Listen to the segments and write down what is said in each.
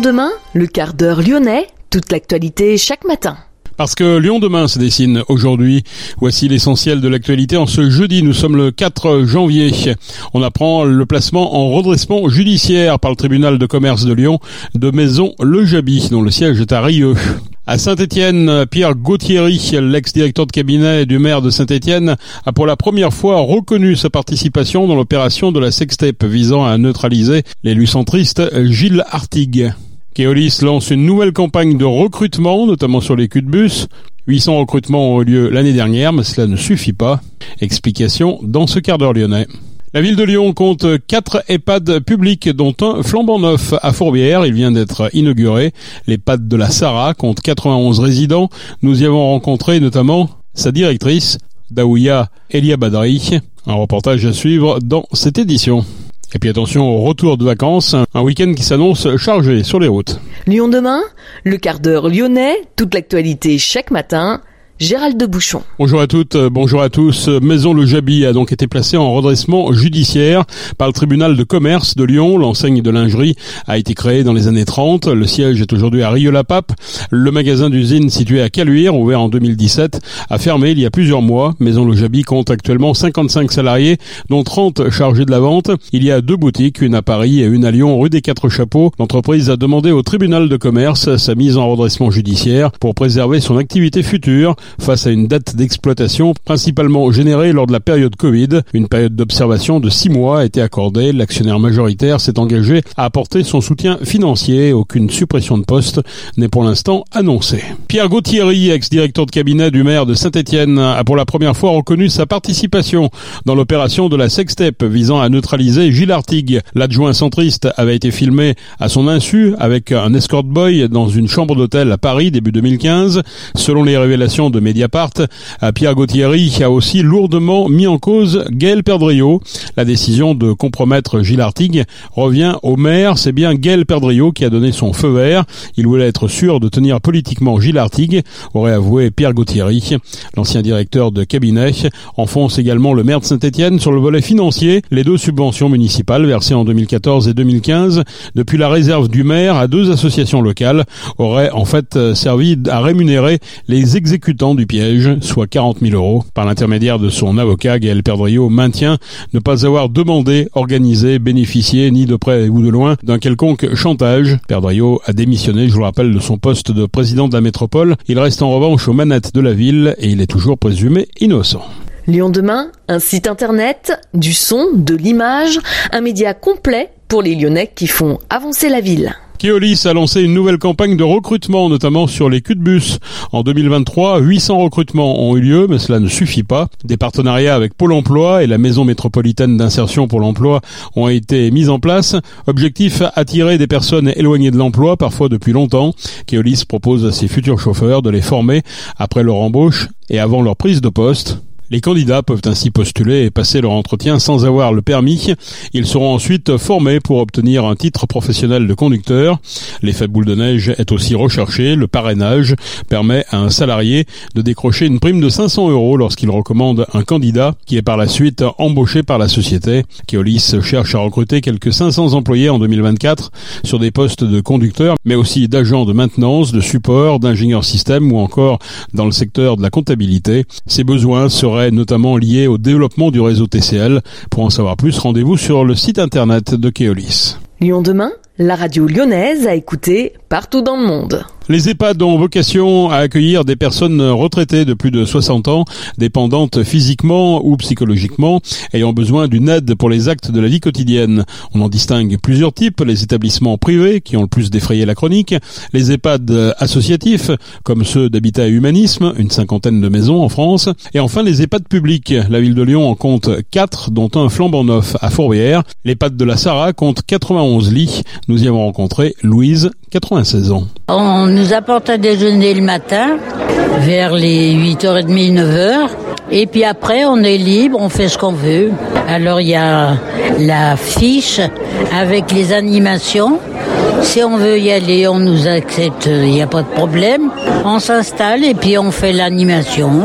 demain, le quart d'heure lyonnais, toute l'actualité chaque matin. Parce que Lyon demain se dessine aujourd'hui. Voici l'essentiel de l'actualité en ce jeudi. Nous sommes le 4 janvier. On apprend le placement en redressement judiciaire par le tribunal de commerce de Lyon de Maison Le Jaby, dont le siège est à Rieux. À Saint-Étienne, Pierre Gauthieri, l'ex-directeur de cabinet du maire de Saint-Étienne, a pour la première fois reconnu sa participation dans l'opération de la sextape visant à neutraliser l'élu centriste Gilles Artigue. Keolis lance une nouvelle campagne de recrutement, notamment sur les culs de bus. 800 recrutements ont eu lieu l'année dernière, mais cela ne suffit pas. Explication dans ce quart d'heure lyonnais. La ville de Lyon compte 4 EHPAD publics, dont un flambant neuf à Fourbière. Il vient d'être inauguré. L'EHPAD de la Sarah compte 91 résidents. Nous y avons rencontré notamment sa directrice, Daouya Eliabadri. Un reportage à suivre dans cette édition. Et puis attention au retour de vacances, un week-end qui s'annonce chargé sur les routes. Lyon demain, le quart d'heure lyonnais, toute l'actualité chaque matin. Gérald de Bouchon. Bonjour à toutes, bonjour à tous. Maison Le Jaby a donc été placée en redressement judiciaire par le tribunal de commerce de Lyon. L'enseigne de lingerie a été créée dans les années 30. Le siège est aujourd'hui à Rieux-la-Pape. Le magasin d'usine situé à Caluire, ouvert en 2017, a fermé il y a plusieurs mois. Maison Le Jaby compte actuellement 55 salariés, dont 30 chargés de la vente. Il y a 2 boutiques, une à Paris et une à Lyon, rue des Quatre Chapeaux. L'entreprise a demandé au tribunal de commerce sa mise en redressement judiciaire pour préserver son activité future face à une dette d'exploitation principalement générée lors de la période Covid. Une période d'observation de 6 mois a été accordée. L'actionnaire majoritaire s'est engagé à apporter son soutien financier. Aucune suppression de poste n'est pour l'instant annoncée. Pierre Gauthieri, ex-directeur de cabinet du maire de Saint-Étienne, a pour la première fois reconnu sa participation dans l'opération de la sextape visant à neutraliser Gilles Artigue. L'adjoint centriste avait été filmé à son insu avec un escort boy dans une chambre d'hôtel à Paris début 2015. Selon les révélations de Mediapart, Pierre Gauthieri a aussi lourdement mis en cause Gaël Perdriau. La décision de compromettre Gilles Artigue revient au maire. C'est bien Gaël Perdriau qui a donné son feu vert. Il voulait être sûr de tenir politiquement Gilles Artigue, aurait avoué Pierre Gauthieri. L'ancien directeur de cabinet enfonce également le maire de Saint-Étienne sur le volet financier. Les 2 subventions municipales versées en 2014 et 2015 depuis la réserve du maire à 2 associations locales auraient en fait servi à rémunérer les exécutants du piège, soit 40 000 €. Par l'intermédiaire de son avocat, Gaël Perdriau maintient ne pas avoir demandé, organisé, bénéficié, ni de près ou de loin, d'un quelconque chantage. Perdriau a démissionné, je vous le rappelle, de son poste de président de la métropole. Il reste en revanche aux manettes de la ville et il est toujours présumé innocent. Lyon demain, un site internet, du son, de l'image, un média complet pour les Lyonnais qui font avancer la ville. Keolis a lancé une nouvelle campagne de recrutement, notamment sur les culs de bus. En 2023, 800 recrutements ont eu lieu, mais cela ne suffit pas. Des partenariats avec Pôle emploi et la Maison métropolitaine d'insertion pour l'emploi ont été mis en place. Objectif, attirer des personnes éloignées de l'emploi, parfois depuis longtemps. Keolis propose à ses futurs chauffeurs de les former après leur embauche et avant leur prise de poste. Les candidats peuvent ainsi postuler et passer leur entretien sans avoir le permis. Ils seront ensuite formés pour obtenir un titre professionnel de conducteur. L'effet boule de neige est aussi recherché. Le parrainage permet à un salarié de décrocher une prime de 500 € lorsqu'il recommande un candidat qui est par la suite embauché par la société. Keolis cherche à recruter quelques 500 employés en 2024 sur des postes de conducteurs, mais aussi d'agents de maintenance, de support, d'ingénieurs système ou encore dans le secteur de la comptabilité. Ces besoins seraient notamment lié au développement du réseau TCL. Pour en savoir plus, rendez-vous sur le site internet de Keolis. Lyon demain, la radio lyonnaise à écouter partout dans le monde. Les EHPAD ont vocation à accueillir des personnes retraitées de plus de 60 ans, dépendantes physiquement ou psychologiquement, ayant besoin d'une aide pour les actes de la vie quotidienne. On en distingue plusieurs types, les établissements privés qui ont le plus défrayé la chronique, les EHPAD associatifs, comme ceux d'Habitat et Humanisme, une 50aine de maisons en France, et enfin les EHPAD publics. La ville de Lyon en compte 4, dont un flambant neuf à Fourbière. L'EHPAD de la Sarah compte 91 lits. Nous y avons rencontré Louise, 96 ans. On nous apporte à déjeuner le matin, vers les 8h30, 9h. Et puis après, on est libre, on fait ce qu'on veut. Alors il y a la fiche avec les animations. Si on veut y aller, on nous accepte, il n'y a pas de problème. On s'installe et puis on fait l'animation.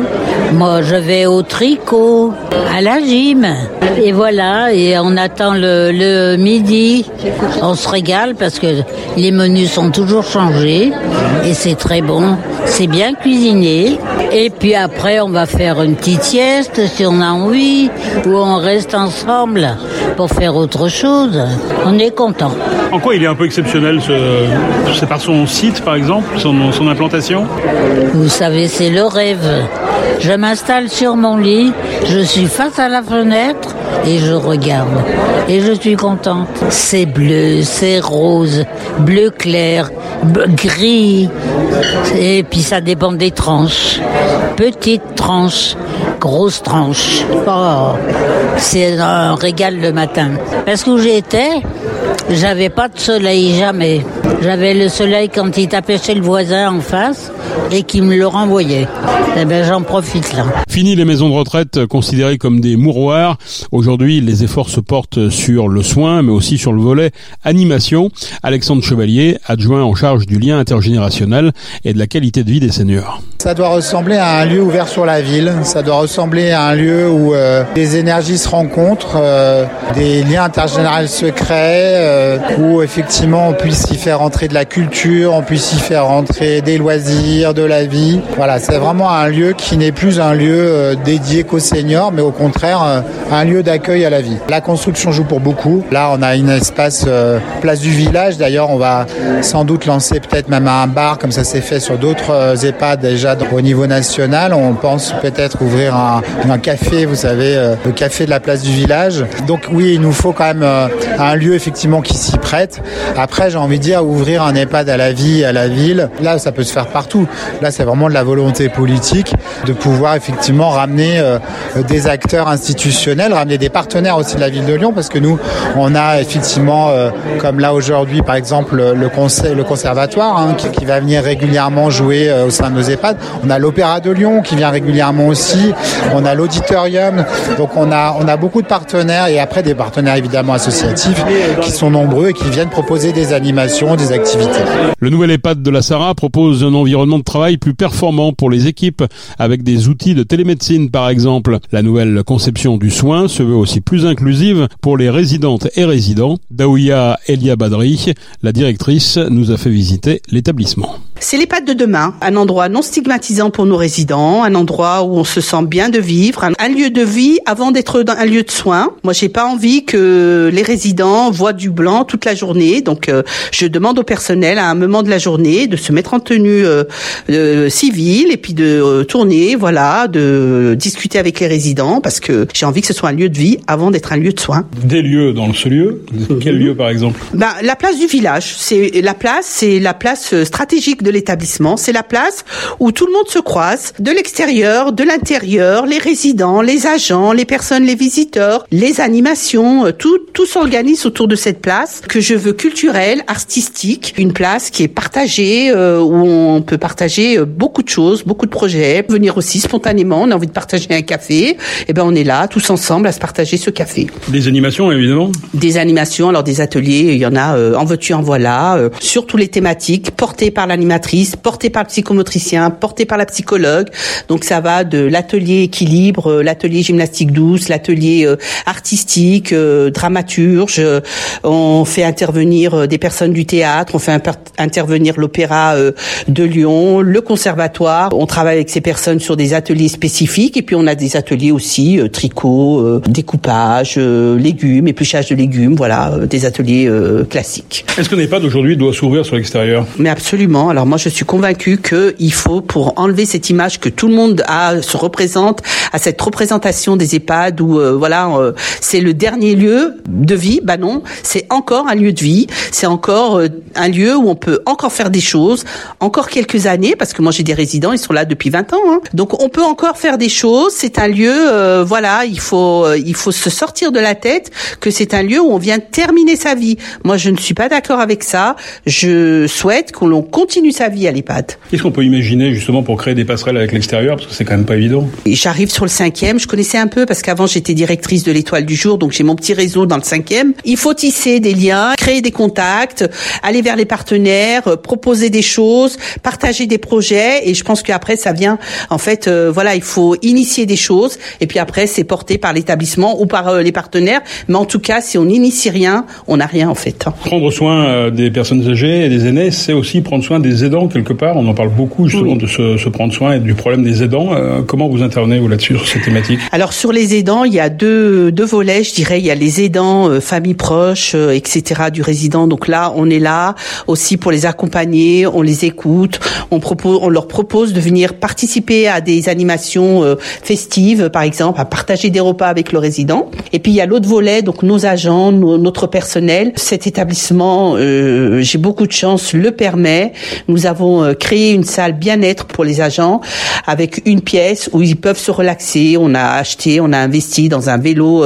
Moi, je vais au tricot, à la gym. Et voilà, et on attend le midi. On se régale parce que les menus sont toujours changés. Et c'est très bon. C'est bien cuisiné. Et puis après, on va faire une petite sieste si on a envie. Ou on reste ensemble pour faire autre chose. On est content. En quoi il est un peu exceptionnel, c'est par son site par exemple, son implantation? Vous savez, c'est le rêve. Je m'installe sur mon lit, je suis face à la fenêtre et je regarde. Et je suis contente. C'est bleu, c'est rose, bleu clair, gris. Et puis ça dépend des tranches. Petites tranches, grosses tranches. Oh, c'est un régal le matin. Parce que où j'étais, j'avais pas de soleil, jamais. J'avais le soleil quand il tapait chez le voisin en face et qui me le renvoyait. Eh ben, j'en profite là. Fini les maisons de retraite considérées comme des mouroirs. Aujourd'hui, les efforts se portent sur le soin, mais aussi sur le volet animation. Alexandre Chevalier, adjoint en charge du lien intergénérationnel et de la qualité de vie des seniors. Ça doit ressembler à un lieu ouvert sur la ville. Ça doit ressembler à un lieu où des énergies se rencontrent, des liens intergénérationnels se créent, où effectivement on puisse y faire rentrer de la culture, on puisse y faire rentrer des loisirs, de la vie. Voilà, c'est vraiment un lieu qui n'est plus un lieu dédié qu'aux seniors, mais au contraire un lieu d'accueil à la vie. La construction joue pour beaucoup. Là, on a un espace place du village. D'ailleurs, on va sans doute lancer peut-être même un bar, comme ça s'est fait sur d'autres EHPAD déjà au niveau national. On pense peut-être ouvrir un café, vous savez, le café de la place du village. Donc oui, il nous faut quand même un lieu effectivement qui s'y prête. Après, j'ai envie de dire, ouvrir un EHPAD à la vie, à la ville, là, ça peut se faire partout. Là, c'est vraiment de la volonté politique de pouvoir effectivement ramener des acteurs institutionnels, ramener des partenaires aussi de la ville de Lyon, parce que nous, on a effectivement, comme là aujourd'hui, par exemple, le conservatoire qui va venir régulièrement jouer au sein de nos EHPAD. On a l'Opéra de Lyon qui vient régulièrement aussi. On a l'auditorium. Donc on a beaucoup de partenaires et après des partenaires évidemment associatifs qui sont nombreux et qui viennent proposer des animations, des activités. Le nouvel EHPAD de la Sarraz propose un environnement de travail plus performant pour les équipes avec des outils de télémédecine par exemple. La nouvelle conception du soin se veut aussi plus inclusive pour les résidentes et résidents. Daouya Elia Badri, la directrice, nous a fait visiter l'établissement. C'est l'EHPAD de demain, un endroit non stigmatisant pour nos résidents, un endroit où on se sent bien de vivre, un lieu de vie avant d'être un lieu de soins. Moi, j'ai pas envie que les résidents voient du blanc toute la journée, donc je demande au personnel à un moment de la journée de se mettre en tenue civile et puis de tourner, voilà, de discuter avec les résidents parce que j'ai envie que ce soit un lieu de vie avant d'être un lieu de soins. Des lieux dans ce lieu, quel lieu par exemple? La place du village, c'est la place stratégique de l'établissement, c'est la place où tout le monde se croise, de l'extérieur, de l'intérieur, les résidents, les agents, les personnes, les visiteurs, les animations, tout s'organise autour de cette place que je veux culturelle, artistique, une place qui est partagée, où on peut partager beaucoup de choses, beaucoup de projets, venir aussi spontanément, on a envie de partager un café, et ben on est là tous ensemble à se partager ce café. Des animations évidemment. Des animations, alors des ateliers, il y en a en veux-tu en voilà, sur toutes les thématiques, portées par l'animatrice, portées par le psychomotricien, portées par la psychologue. Donc ça va de l'atelier équilibre, l'atelier gymnastique douce, l'atelier artistique, dramaturge. On fait intervenir des personnes du théâtre, on fait intervenir l'opéra de Lyon, le conservatoire. On travaille avec ces personnes sur des ateliers spécifiques et puis on a des ateliers aussi tricot, découpage, légumes, épluchage de légumes, voilà, des ateliers classiques. Est-ce que l'EHPAD aujourd'hui doit s'ouvrir sur l'extérieur? Mais absolument. Alors moi je suis convaincue qu'il faut, pour enlever cette image que tout le monde se représente, à cette représentation des EHPAD où c'est le dernier lieu de vie, bah non, c'est encore un lieu de vie, c'est encore un lieu où on peut encore faire des choses, encore quelques années, parce que moi j'ai des résidents, ils sont là depuis 20 ans, hein. Donc on peut encore faire des choses, c'est un lieu, il faut se sortir de la tête que c'est un lieu où on vient terminer sa vie. Moi je ne suis pas d'accord avec ça, je souhaite qu'on continue sa vie à l'EHPAD. Qu'est-ce qu'on peut imaginer justement pour créer des passerelles avec l'extérieur, parce que c'est quand même pas évident? Et j'arrive sur le 5e, je connaissais un peu parce qu'avant j'étais directrice de l'Étoile du Jour, donc j'ai mon petit réseau dans le 5e. Il faut tisser des liens, créer des contacts, aller vers les partenaires, proposer des choses, partager des projets, et je pense qu'après ça vient, en fait, il faut initier des choses, et puis après c'est porté par l'établissement ou par les partenaires, mais en tout cas si on n'initie rien, on n'a rien en fait. Prendre soin des personnes âgées et des aînés, c'est aussi prendre soin des aidants quelque part. On en parle beaucoup justement de se prendre soin et du problème des aidants. Comment vous intervenez vous là-dessus sur cette thématique? Alors sur les aidants, il y a deux volets, je dirais. Il y a les aidants, familles proches, etc. du résident. Donc là, on est là aussi pour les accompagner, on les écoute, on leur propose de venir participer à des animations festives, par exemple, à partager des repas avec le résident. Et puis il y a l'autre volet, donc nos agents, notre personnel. Cet établissement, j'ai beaucoup de chance, le permet. Nous avons créé une salle bien-être pour les agents avec une pièce où ils peuvent se relaxer. On a investi dans un vélo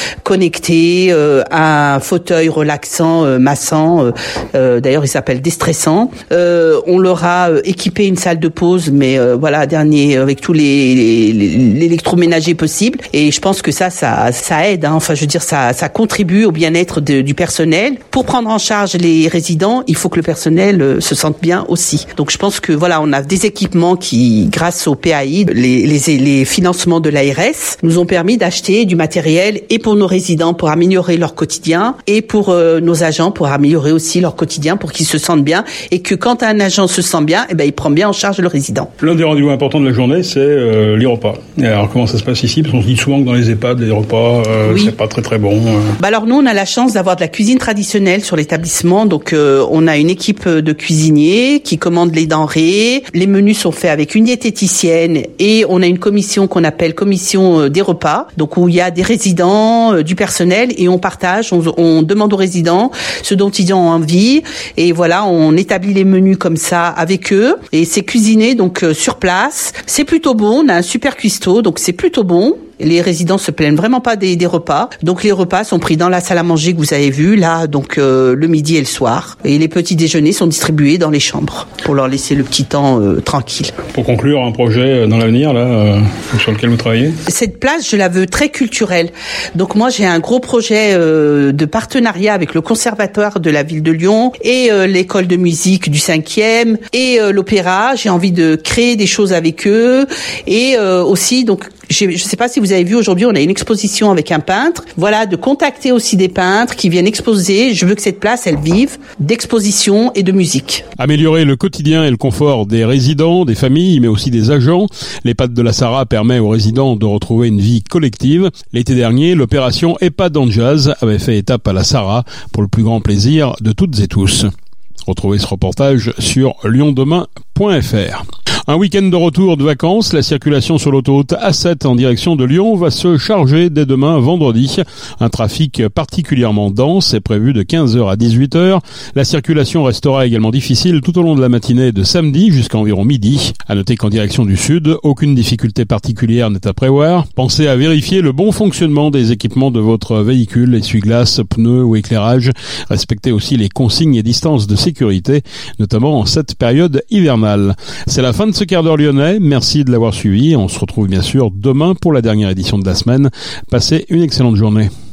connecté, un fauteuil relaxant, massant. D'ailleurs, il s'appelle déstressant. On leur a équipé une salle de pause, mais dernier avec tous l'électroménager possible. Et je pense que ça aide. Enfin, je veux dire, ça contribue au bien-être du personnel. Pour prendre en charge les résidents, il faut que le personnel se sente bien aussi. Donc, je pense que on a des équipements qui, grâce au PAI, les financements de l'ARS, nous ont permis d'acheter du matériel et pour nos résidents pour améliorer leur quotidien et pour nos agents pour améliorer aussi leur quotidien pour qu'ils se sentent bien et que quand un agent se sent bien, il prend bien en charge le résident. L'un des rendez-vous importants de la journée, c'est les repas. Et alors comment ça se passe ici? Parce qu'on se dit souvent que dans les EHPAD, les repas, c'est pas très très bon. Alors nous, on a la chance d'avoir de la cuisine traditionnelle sur l'établissement. Donc on a une équipe de cuisiniers qui commandent les denrées. Les menus sont faits avec une diététicienne et on a une commission qu'on appelle commission des repas. Donc où il y a des résidents, du personnel et on partage, on demande aux résidents ce dont ils ont envie et on établit les menus comme ça avec eux et c'est cuisiné donc sur place. C'est plutôt bon, on a un super cuistot donc c'est plutôt bon. Les résidents se plaignent vraiment pas des repas. Donc les repas sont pris dans la salle à manger que vous avez vue là, donc le midi et le soir. Et les petits déjeuners sont distribués dans les chambres pour leur laisser le petit temps tranquille. Pour conclure, un projet dans l'avenir là sur lequel vous travaillez? Cette place, je la veux très culturelle. Donc moi, j'ai un gros projet de partenariat avec le conservatoire de la ville de Lyon et l'école de musique du 5e et l'opéra. J'ai envie de créer des choses avec eux et aussi donc je ne sais pas si vous avez vu aujourd'hui, on a une exposition avec un peintre. De contacter aussi des peintres qui viennent exposer. Je veux que cette place, elle vive d'exposition et de musique. Améliorer le quotidien et le confort des résidents, des familles, mais aussi des agents. L'EHPAD de la Sarraz permet aux résidents de retrouver une vie collective. L'été dernier, l'opération EHPAD en Jazz avait fait étape à la Sarraz pour le plus grand plaisir de toutes et tous. Retrouvez ce reportage sur lyondemain.fr. Un week-end de retour de vacances, la circulation sur l'autoroute A7 en direction de Lyon va se charger dès demain vendredi. Un trafic particulièrement dense est prévu de 15h à 18h. La circulation restera également difficile tout au long de la matinée de samedi jusqu'à environ midi. À noter qu'en direction du sud, aucune difficulté particulière n'est à prévoir. Pensez à vérifier le bon fonctionnement des équipements de votre véhicule, essuie-glace, pneus ou éclairage. Respectez aussi les consignes et distances de sécurité, notamment en cette période hivernale. C'est la fin de ce quart d'heure lyonnais. Merci de l'avoir suivi. On se retrouve bien sûr demain pour la dernière édition de la semaine. Passez une excellente journée.